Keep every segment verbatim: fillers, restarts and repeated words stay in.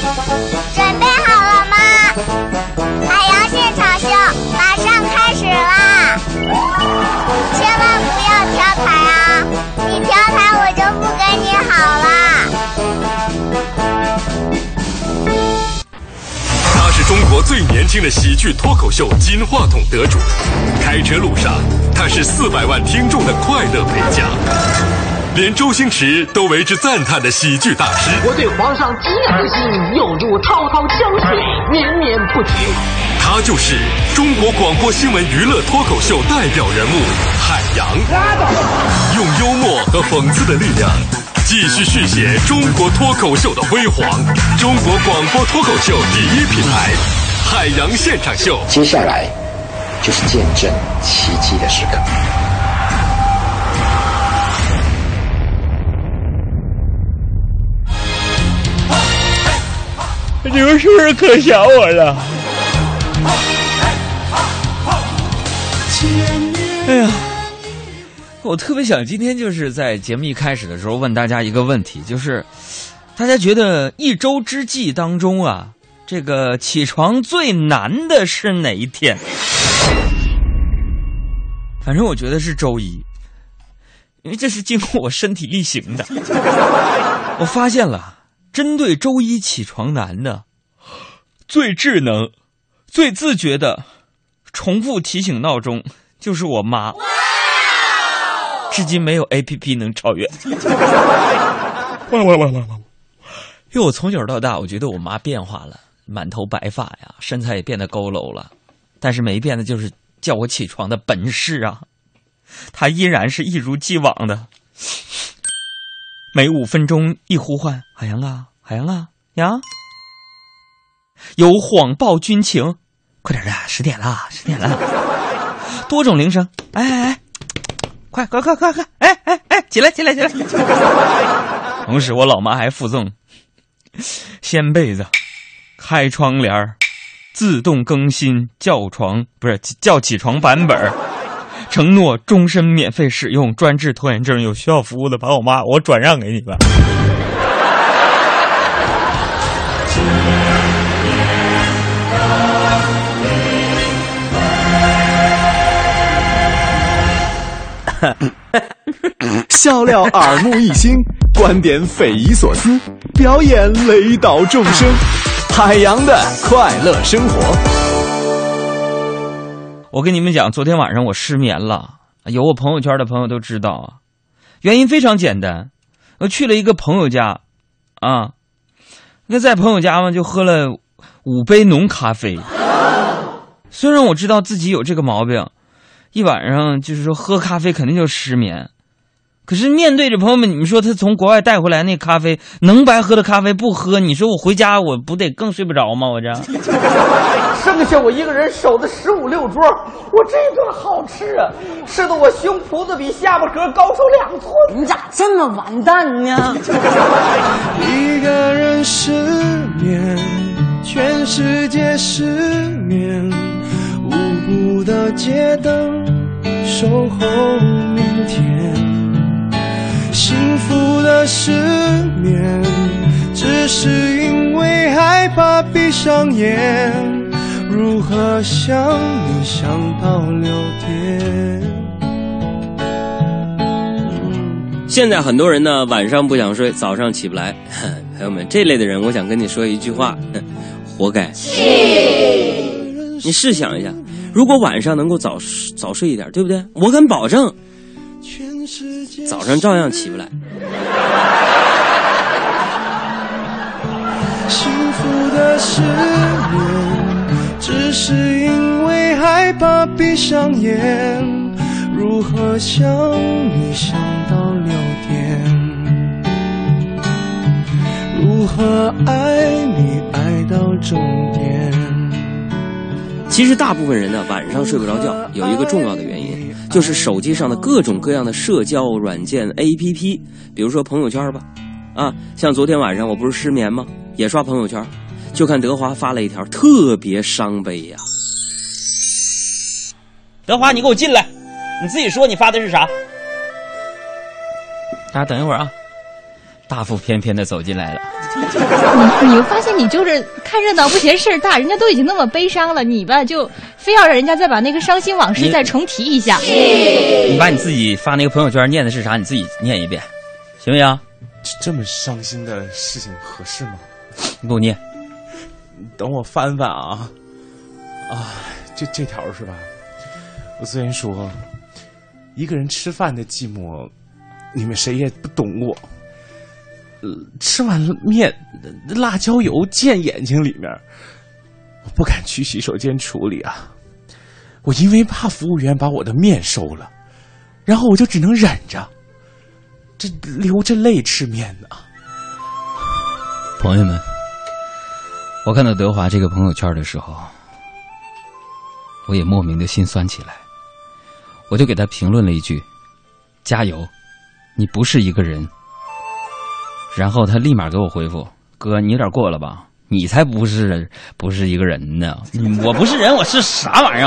准备好了吗？海洋现场秀马上开始啦！千万不要调台啊！你调台我就不跟你好啦。 他是中国最年轻的喜剧脱口秀金话筒得主，开车路上他是四百万听众的快乐陪驾。连周星驰都为之赞叹的喜剧大师， 我对皇上极而心，犹如滔滔江水，绵绵不绝。 他就是中国广播新闻娱乐脱口秀代表人物海洋，用幽默和讽刺的力量，继续续写中国脱口秀的辉煌。中国广播脱口秀第一品牌，海洋现场秀。 接下来就是见证奇迹的时刻。 你们是不是可想我了？哎呀，我特别想今天就是在节目一开始的时候问大家一个问题，就是大家觉得一周之计当中啊，这个起床最难的是哪一天？反正我觉得是周一，因为这是经过我身体力行的。我发现了。针对周一起床难的，最智能、最自觉的重复提醒闹钟，就是我妈。至今没有 A P P 能超越。因为我从小到大，我觉得我妈变化了，满头白发呀，身材也变得佝偻了，但是没变的就是叫我起床的本事啊，她依然是一如既往的。每五分钟一呼唤，海洋啊，海洋啊，呀！有谎报军情，快点的，十点了，十点了。多种铃声，哎哎哎，快快快快快，哎哎哎，起来起来起来！同时，我老妈还附赠掀被子、开窗帘、自动更新叫床不是叫起床版本。承诺终身免费使用，专治拖延症，有需要服务的把我妈我转让给你吧。 笑料耳目一新，观点匪夷所思，表演雷倒众生，海洋的快乐生活。 我跟你们讲，昨天晚上我失眠了，有我朋友圈的朋友都知道啊。原因非常简单，我去了一个朋友家，啊，那在朋友家嘛，就喝了五杯浓咖啡。虽然我知道自己有这个毛病，一晚上就是说喝咖啡肯定就失眠，可是面对着朋友们，你们说他从国外带回来那咖啡，能白喝的咖啡不喝，你说我回家我不得更睡不着吗？我这剩下我一个人守的十五六桌，我这顿好吃啊，吃的我胸脯子比下巴颏高出两寸。 你咋这么完蛋呢？ 一个人失眠，全世界失眠，无辜的街灯守候明天。幸福的失眠，只是因为害怕闭上眼。如何想你想到六点？ 现在很多人呢，晚上不想睡，早上起不来。朋友们，这类的人，我想跟你说一句话：活该。你试想一下，如果晚上能够早早睡一点，对不对？我敢保证，早上照样起不来。 幸福的失眠。只是因为害怕闭上眼，如何想你想到六点？如何爱你爱到终点？ 其实大部分人呢，晚上睡不着觉，有一个重要的原因，就是手机上的各种各样的社交软件 A P P， 比如说朋友圈吧，啊，像昨天晚上我不是失眠吗？也刷朋友圈。就看德华发了一条特别伤悲呀、啊！ 德华，你给我进来，你自己说你发的是啥？大家等一会儿啊， 大腹翩翩的走进来了。 你你发现你就是看热闹不嫌事儿大，人家都已经那么悲伤了，你吧就非要让人家再把那个伤心往事再重提一下。 你把你自己发那个朋友圈念的是啥，你自己念一遍，行不行？ 这么伤心的事情合适吗？ 你给我念， 等我翻翻啊啊，这这条是吧？我昨天说，一个人吃饭的寂寞，你们谁也不懂我。呃，吃完了面，辣椒油溅眼睛里面，我不敢去洗手间处理啊。我因为怕服务员把我的面收了，然后我就只能忍着，这流着泪吃面呢。 朋友们，我看到德华这个朋友圈的时候，我也莫名的心酸起来，我就给他评论了一句：加油，你不是一个人。然后他立马给我回复：哥，你有点过了吧？你才不是人，不是一个人呢！我不是人，我是啥玩意儿？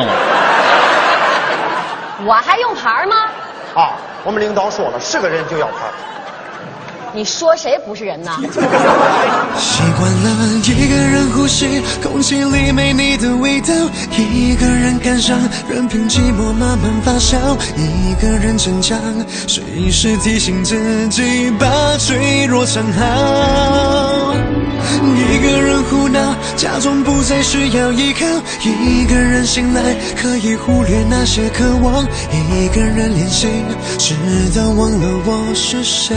我我还用牌吗？ 啊，我们领导说了，是个人就要牌。 你说谁不是人呢？ 习惯了一个人呼吸，空气里没你的味道，一个人感伤，任凭寂寞慢慢发酵，一个人逞强，随时提醒自己把脆弱藏好，一个人胡闹，假装不再需要依靠，一个人醒来，可以忽略那些渴望，一个人练习，直到忘了我是谁。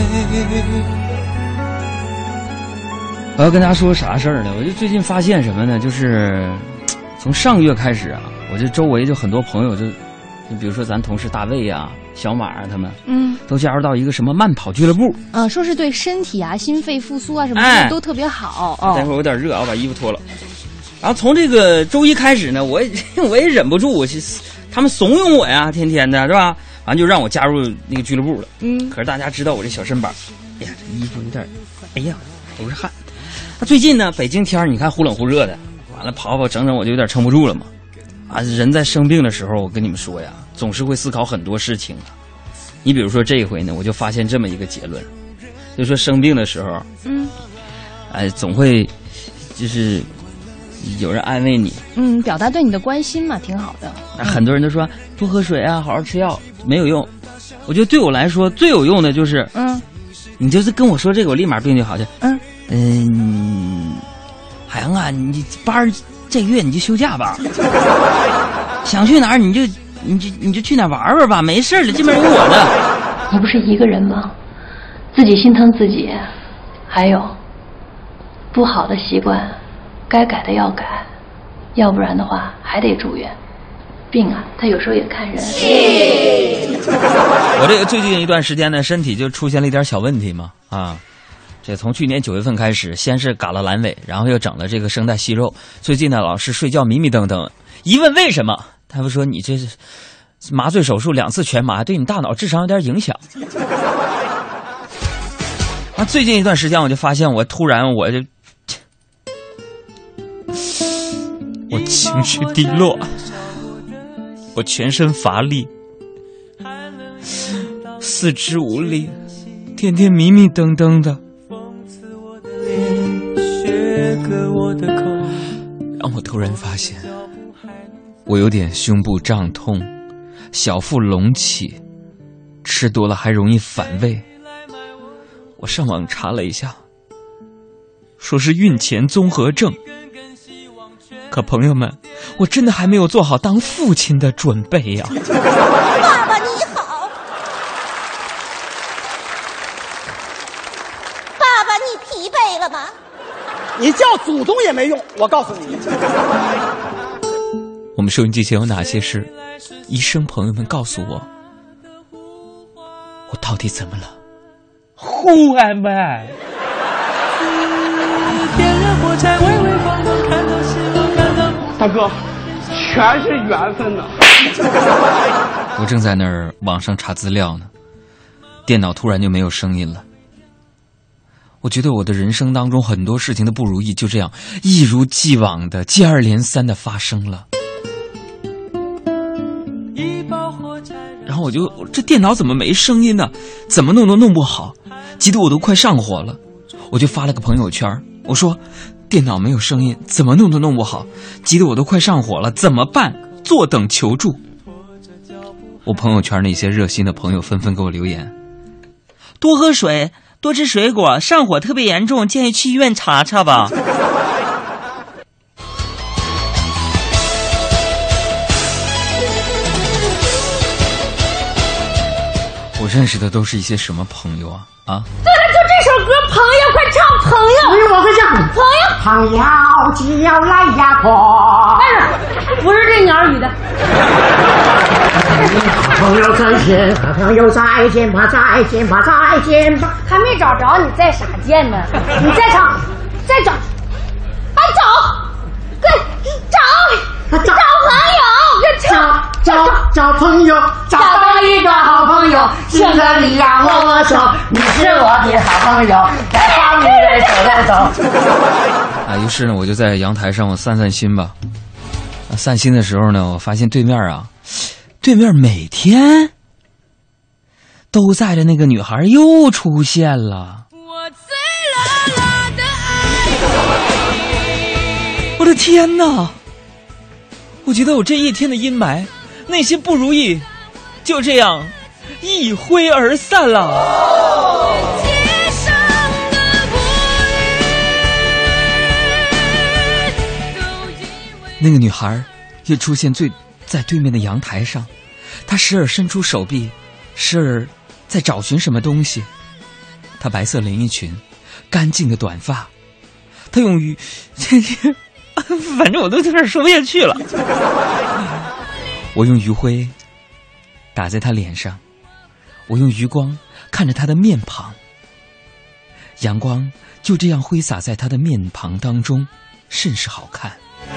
我要跟大家说啥事儿呢？我就最近发现什么呢？就是从上个月开始啊，我这周围就很多朋友就，你比如说咱同事大卫啊、小马啊，他们嗯，都加入到一个什么慢跑俱乐部啊，说是对身体啊、心肺复苏啊什么的、哎、都特别好。哦， 待会儿我有点热啊，我把衣服脱了。然后从这个周一开始呢，我也我也忍不住，我他们怂恿我呀，天天的是吧？完就让我加入那个俱乐部了。嗯，可是大家知道我这小身板，哎呀，这衣服有点，哎呀，都是汗。那最近呢，北京天儿你看忽冷忽热的，完了跑跑整整我就有点撑不住了嘛。啊，人在生病的时候，我跟你们说呀，总是会思考很多事情啊。你比如说这一回呢，我就发现这么一个结论，就说生病的时候，嗯，哎，总会就是有人安慰你， 嗯，表达对你的关心嘛，挺好的。 嗯、很多人都说多喝水啊，好好吃药，没有用。我觉得对我来说最有用的就是，嗯，你就是跟我说这个，我立马病就好去。嗯嗯，海洋啊，你班这个月你就休假吧，想去哪儿你就你就你就去哪儿玩玩吧，没事的，这边有我的。 你不是一个人吗？自己心疼自己，还有不好的习惯，该改的要改，要不然的话还得住院。病啊，他有时候也看人。 我这个最近一段时间呢，身体就出现了一点小问题嘛，啊。这从去年九月份开始，先是嘎了阑尾，然后又整了这个声带息肉。最近呢，老是睡觉迷迷瞪瞪。一问为什么，大夫说你这是麻醉手术两次全麻，对你大脑智商有点影响。啊，最近一段时间我就发现，我突然我就我情绪低落，我全身乏力，四肢无力，天天迷迷瞪瞪的。让我突然发现，我有点胸部胀痛，小腹隆起，吃多了还容易反胃。我上网查了一下，说是孕前综合症。可朋友们，我真的还没有做好当父亲的准备呀！ 爸爸你好，爸爸你疲惫了吗？ 你叫祖宗也没用，我告诉你。 我们收音机前有哪些事？医生朋友们告诉我，我到底怎么了 ？Who am I？ 大哥，全是缘分呐！ 我正在那儿网上查资料呢，电脑突然就没有声音了。我觉得我的人生当中很多事情的不如意就这样一如既往的接二连三的发生了。然后我就这电脑怎么没声音呢？怎么弄都弄不好。 急得我都快上火了。我就发了个朋友圈，我说电脑没有声音，怎么弄都弄不好，急得我都快上火了，怎么办？坐等求助。我朋友圈那些热心的朋友纷纷给我留言：多喝水，多吃水果，上火特别严重，建议去医院查查吧。我认识的都是一些什么朋友啊？啊！ 对了，就这首歌，朋友，快唱，朋友。 因为我会唱。 朋友， 朋友就要来呀破。 哎呀，不是这鸟语的。 朋友再见，和朋友再见吧，再见吧，再见吧。 还没找着，你再傻见呢？你再唱，再找，啊找，对，找，找朋友， 找找找朋友，找到一个好朋友，心这里呀握握手，你是我的好朋友，在花园里走走走。 啊，于是呢，我就在阳台上我散散心吧。啊，散心的时候呢，我发现对面啊，对面每天都在的那个女孩又出现了。我最辣辣的爱，我的天哪！我觉得我这一天的阴霾，那些不如意，就这样一挥而散了。那个女孩也出现最在对面的阳台上，她时而伸出手臂，时而在找寻什么东西。她白色连衣裙，干净的短发，她用于这些。反正我都有点说不下去了。我用余晖打在他脸上，我用余光看着他的面庞，阳光就这样挥洒在他的面庞当中，甚是好看。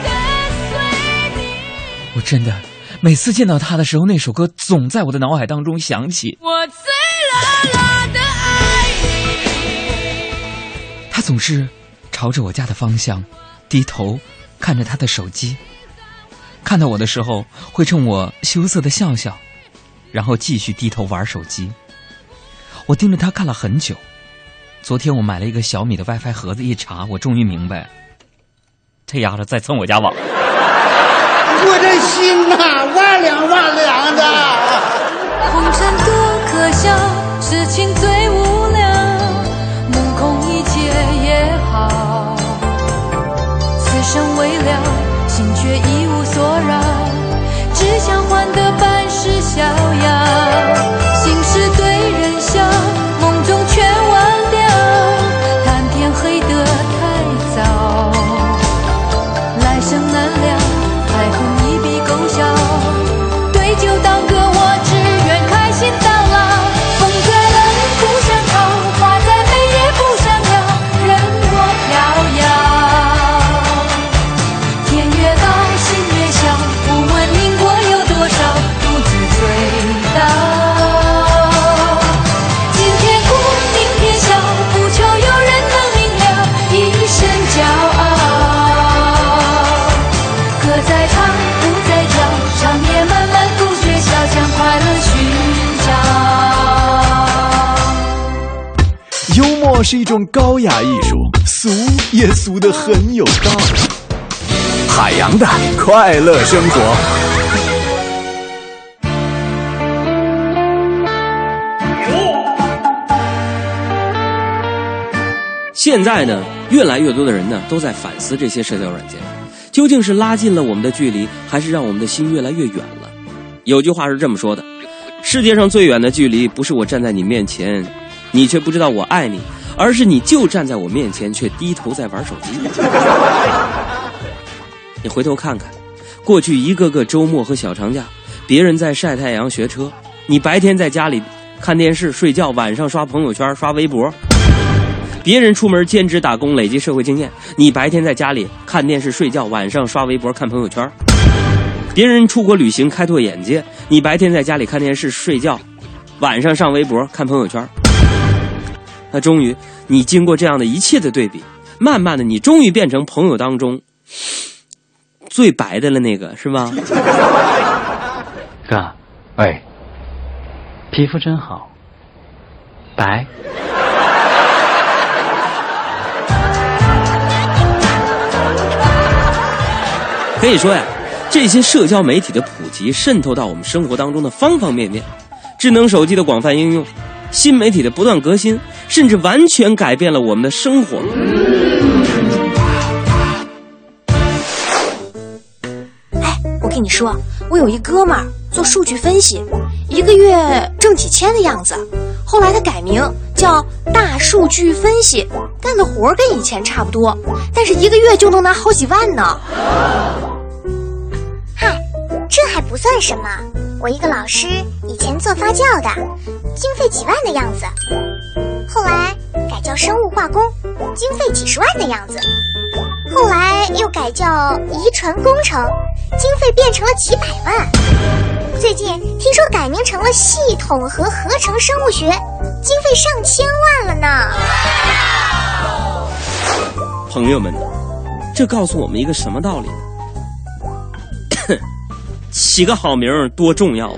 我真的每次见到他的时候，那首歌总在我的脑海当中响起。我最辣辣的爱你。他总是朝着我家的方向低头看着他的手机，看到我的时候会冲我羞涩的笑笑，然后继续低头玩手机。我盯着他看了很久。昨天我买了一个小米的 WiFi 盒子，一查我终于明白，这丫头在蹭我家网。 我的心呐、啊，万两万两的。 红尘多可笑，痴情最无聊，目空一切也好。此生未了，心却一无所扰，只想换得半世逍遥。心事对人笑，梦中全忘掉，谈天黑得太早，来生难料，爱恨一笔勾销，对酒当歌，我只愿开心到老。风再冷不想逃，花再美也不想飘，任我飘摇。天越高，心越小，不问因果有多少，独自醉倒。今天哭，明天笑，不求有人能明了，一身骄傲。歌在唱，舞在跳，长夜漫漫不觉晓，将快乐寻找。 幽默是一种高雅艺术，俗也俗得很有道理。海洋的快乐生活。 现在呢，越来越多的人呢都在反思这些社交软件，究竟是拉近了我们的距离，还是让我们的心越来越远了？有句话是这么说的：世界上最远的距离，不是我站在你面前，你却不知道我爱你，而是你就站在我面前，却低头在玩手机。你回头看看，过去一个个周末和小长假，别人在晒太阳学车，你白天在家里看电视睡觉，晚上刷朋友圈刷微博。别人出门兼职打工累积社会经验，你白天在家里看电视睡觉，晚上刷微博看朋友圈。别人出国旅行开拓眼界，你白天在家里看电视睡觉，晚上上微博看朋友圈。那终于你经过这样的一切的对比，慢慢的你终于变成朋友当中最白的了那个，是吧？ 哥，喂，皮肤真好，白。 可以说呀，这些社交媒体的普及渗透到我们生活当中的方方面面，智能手机的广泛应用，新媒体的不断革新，甚至完全改变了我们的生活。 哎，我跟你说，我有一哥们儿做数据分析，一个月挣几千的样子，后来他改名叫大数据分析，干的活跟以前差不多，但是一个月就能拿好几万呢。 嗨，这还不算什么，我一个老师以前做发酵的，经费几万的样子，后来改叫生物化工，经费几十万的样子，后来又改叫遗传工程，经费变成了几百万。最近听说改名成了系统和合成生物学，经费上千万了呢。 朋友们，这告诉我们一个什么道理呢？起个好名多重要啊！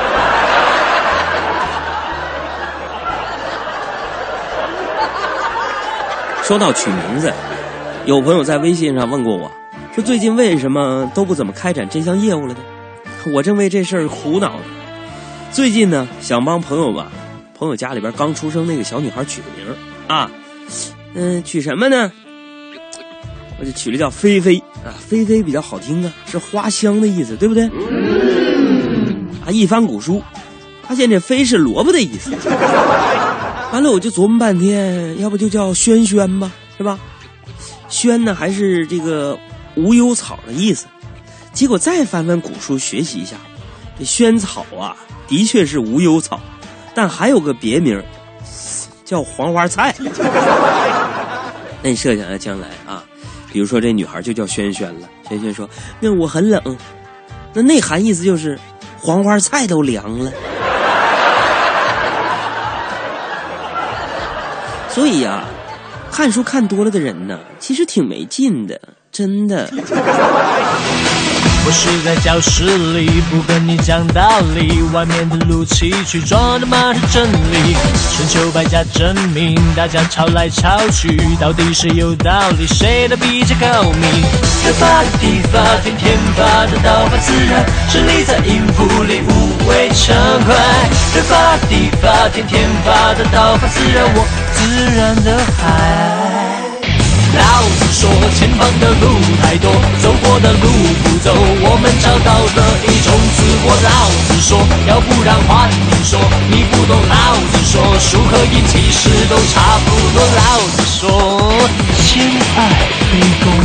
说到取名字，有朋友在微信上问过我，说最近为什么都不怎么开展这项业务了呢？我正为这事儿苦恼呢。最近呢，想帮朋友吧，朋友家里边刚出生那个小女孩取个名啊，嗯、呃，取什么呢？我就取了叫菲菲啊，菲菲比较好听啊，是花香的意思，对不对？啊，一翻古书，发现这菲是萝卜的意思。完了，我就琢磨半天，要不就叫萱萱吧，是吧？萱呢，还是这个无忧草的意思。结果再翻翻古书学习一下，这萱草啊，的确是无忧草，但还有个别名，叫黄花菜。那你设想下将来啊，比如说这女孩就叫萱萱了，萱萱说：“那我很冷。”那内涵意思就是黄花菜都凉了。所以啊，看书看多了的人呢，其实挺没劲的，真的。 我是在教室里不跟你讲道理，外面的路崎岖装的满是真理，春秋百家争鸣，大家吵来吵去，到底谁有道理，谁的比较高明？人发的地发天天发的道法自然，是你在音符里无谓畅快。人发的地发天天发的道法自然，我自然的海。老子说前方的路太多，走过的路不走，我们找到了一种自我。老子说要不然换你说，你不懂。老子说输和赢其实都差不多。老子说先爱非攻。